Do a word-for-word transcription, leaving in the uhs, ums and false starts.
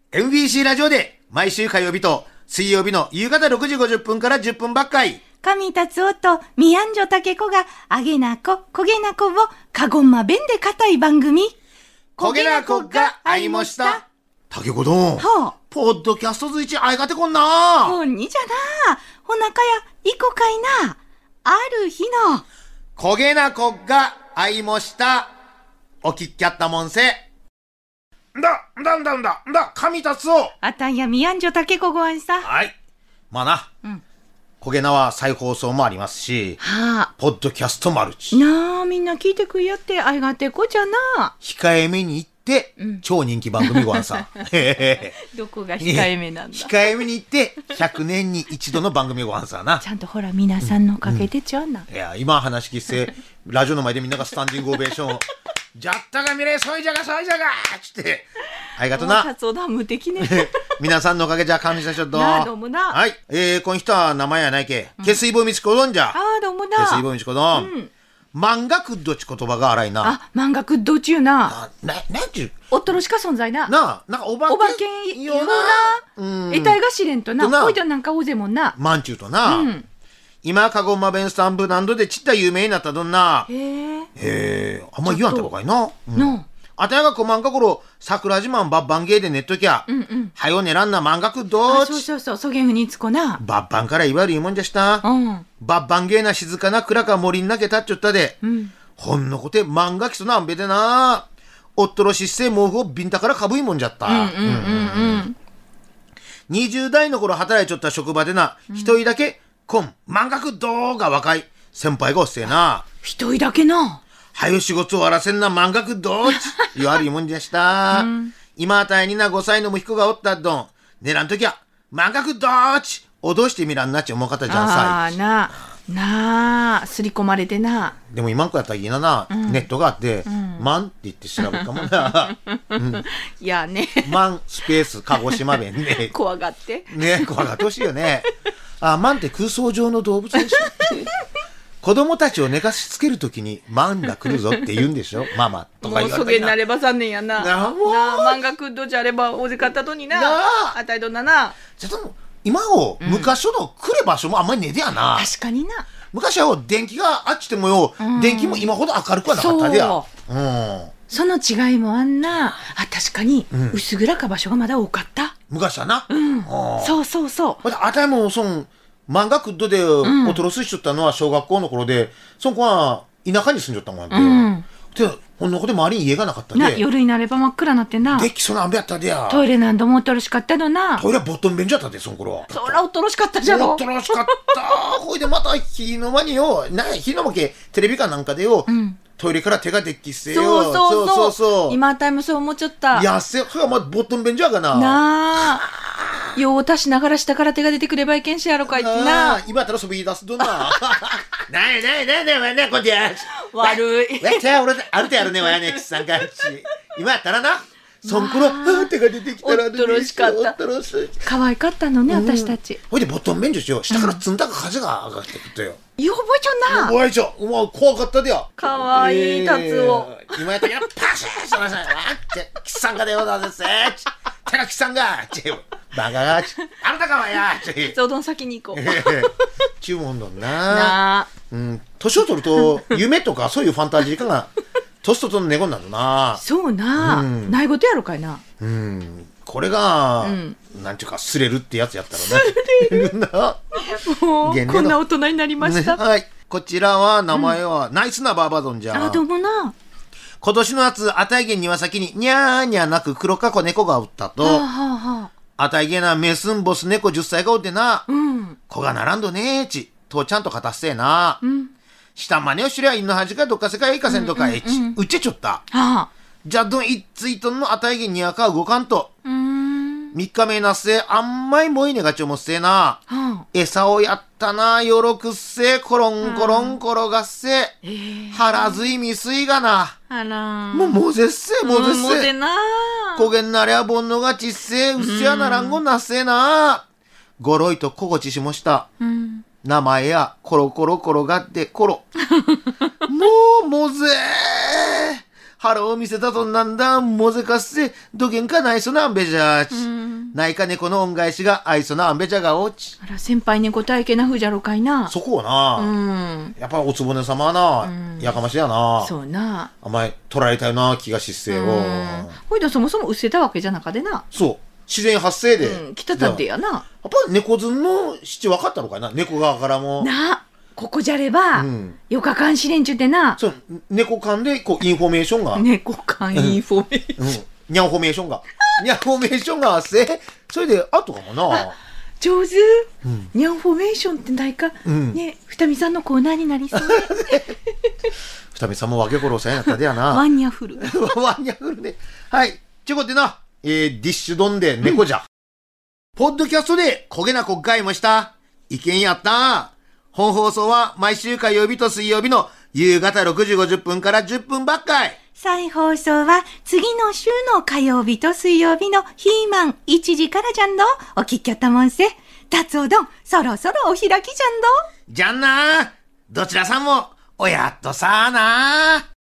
エムビーシー ラジオで毎週火曜日と水曜日の夕方ろくじごじゅっぷんからじゅっぷんばっかり。 上達夫と宮んじょたけこがあげなこ、こげなこをかごんま弁で固い番組。 こげなこが会いました。たけこどん。 はあ。 ポッドキャストずいち会いがてこんな。 ほんにじゃな。ほなかや、いこかいな。ある日の。 こげなこが会いました。おきっきゃったもんせ。んだ、んだんだんだ、んだ、上達夫。 あたんや宮んじょたけこごあんさ。 はい。まあな。うん。こげなは再放送もありますし、はあ、ポッドキャストもあるし。 なあ、みんな聞いてくいやってあいがてこじゃな。 控えめに言って、うん、超人気番組ごあんさ。 どこが控えめなんだ。 控えめに言って、ひゃくねんに一度の番組ごあんさな。 ちゃんとほら、皆さんのおかげでちゃうな、 うんうん。いや、今話聞いて、ラジオの前でみんながスタンディングオベーション。じゃったが見れ、そいじゃが、そいじゃがつって。ありがとな。 カツオだ、無敵ね。 皆さんのおかげじゃ感謝しょっと。 なあ、どうもな。 はい。えー、この人は名前やないけ。うん、下水棒みちこどんじゃ。 ああ、どうもな。 下水棒みちこどん。うん。漫画くっどち言葉が荒いな。 あ、漫画くっどちゅうな。 な、な、なんちゅう。 おっとろしか存在な。 なあ、なんかおばけ。 おばけんよな。うん。得体が知れんとな。おいとなんかおぜもんな。 まんちゅうとな。うん。今、かごま弁スタンプランドでちった有名になったどんな。 へえ。 へえ。あんま言わんたのかいな。うん。あたやがこまんかころ、桜自慢バッバンゲーでネットきゃ。うんうん。はよねらんな漫画くどーち。 そうそうそう、そげんふにつこな。 バッバンから言われるもんじゃした。うん。バッバンゲーな静かな蔵か森んなけたっちょったで。うん。ほんのこて漫画基礎なんべでな。おっとろしっせ毛布をビンタからかぶいもんじゃった。うんうんうんうん。にじゅう代の頃働いちょった職場でな、一、うん、人だけ、こん、漫画くどーが若い先輩がおっせえな。 一人だけな。 はよ仕事終わらせんな漫画くどーち言われるもんじゃした。うん、今あたいになごさいの息子がおったどん。寝らんときゃ、漫画くどーち脅してみらんなっち思う方じゃんさい。 ああな。なあ、すり込まれてな。 でも今んこやったらいいなな、うん、ネットがあって、うん、マンって言って調べるかもな。 うん、いやね。 マンスペース鹿児島弁ね。 怖がって。 ね、怖がってほしいよね。あ、マンって空想上の動物でしょ。子供たちを寝かしつけるときにマンが来るぞって言うんでしょ。ママとか言われたら。 もうそげになれば残念やな。なあ、もう。なあ、漫画くんどじゃれば大勢かったとにな。なあ。あたいどんなな。 じゃあも今を昔ほど来る場所もあんまりねえでやな、 うん、確かにな。 昔は電気があっちでもよ、うん、電気も今ほど明るくはなかったでや。そう、うん、その違いもあんな。あ、確かに、うん、薄暗か場所がまだ多かった。 昔はな、 うん、そうそうそう。 あたいもそん漫画クッドでおとろすしちょったのは小学校の頃で、そこは田舎に住んじゃったもんや、うん、でほんのこで周りに家がなかったでな。 夜になれば真っ暗なってな。 できそなんべやったでや。 トイレなんどもおとろしかったのな。 トイレはボットン便所やったでその頃は。 そらおとろしかったじゃろ。 おとろしかったほいでまた日の間によな、日の間けテレビかなんかでよ、うん、トイレから手ができせよ。 そうそうそうそうそう。今あたいもそう思っちゃった。 やっせそれはまあボットン便所やがな。 なあ用を足しながら下から手が出てくればいけんしやろかいってな。 今やったらそび出すどんな。なになになになになにこんじゃ。 悪い。 わっちゃ俺あるてやるねわやねきさんかち。今やったらな。そんころ手が出てきたらおっとろしかった。可愛かったのね、私たち。 ほいでボットン便所しよう。下から積んだか風が上がってくったよ。 よ覚えちゃうな。 覚えちゃう。うわ怖かったでや。 かわいいタツオ。 今やったけどパシーそらさわってキッサンがでよだぜせ。手がキッサンがちバカがちあなたかわやち。 そうどん先に行こう。 注文どんな。なあ。うん。年を取ると夢とかそういうファンタジーかが。年ととの寝言なんだな。 そうな、うん、ないことやろかいな。 うん。これが、うん、なんていうかすれるってやつやったらね。 すれるな。もうこんな大人になりました。 ね、はい。こちらは名前は、うん、ナイスなバーバドンじゃ。 あ、どうもな。 今年の夏、あたいげん庭先ににゃーにゃなく黒かこ猫がおったと。はあはあ、あたいげなメスンボス猫じゅっさいがおってな。うん。子がならんどねーち。とちゃんと片っせえな。うん。下真似をしりゃいんの恥かどっか世界行かせんとかえち、うんうんうん、うっちゃちょった。はあ、じゃどんいっついとんのあたいげんにわか動かんと。うーん。三日目なっせあんまいもいねがちょもっせえな。はあ、餌をやったなよろくっせコロンコロンコロがっせ。はあ、えー、腹ずい未遂がな。あらもうもぜっせもぜっせ。もぜな。こげんなりゃぼんのがちっせうっせやならんごなっせな。ごろいとこごちしもした。うん名前やコロコロ転がってコロ。もうもぜー。腹を見せたとなんだもぜかっせどげんかないそなんべじゃーち。 内科猫の恩返しが愛想のあんべちゃがおち。 あら、先輩猫体型なふじゃろかいな。 そこをな、 うん。 やっぱおつぼね様はな、うん、やかましやな。 そうな。 あんまり取られたよな気がしっせよ。 ほいでそもそもうせたわけじゃなかでな。 そう。自然発生で。 うん、来たたってやな。やっぱ猫ずんの七分かったのかな、猫側からも。 な。ここじゃれば、うん、よかかんしれんちゅってな。 そう、猫間でこうインフォメーションが。 猫間インフォメーション。うん、 ニャンフォメーションが。ニャンフォメーションがあって、それで、あとかもな。 上手、うん、ニャンフォメーションってないか、うん、ね、ふたみさんのコーナーになりそう。 ふたみさんもわけごろさんやったでやな。 ワンニャフル。 ワンニャフルね。はい。ちゅうことでな、えー、ディッシュ丼で猫じゃ。うん、ポッドキャストで焦げな国会もした。意見やった。本放送は毎週火曜日と水曜日の夕方ろくじごじゅっぷんからじゅっぷんばっかい。 再放送は次の週の火曜日と水曜日のヒーマンいちじからじゃんど。お聞きやったもんせ。たつおどん、そろそろお開きじゃんど。 じゃんな。どちらさんも、おやっとさあな。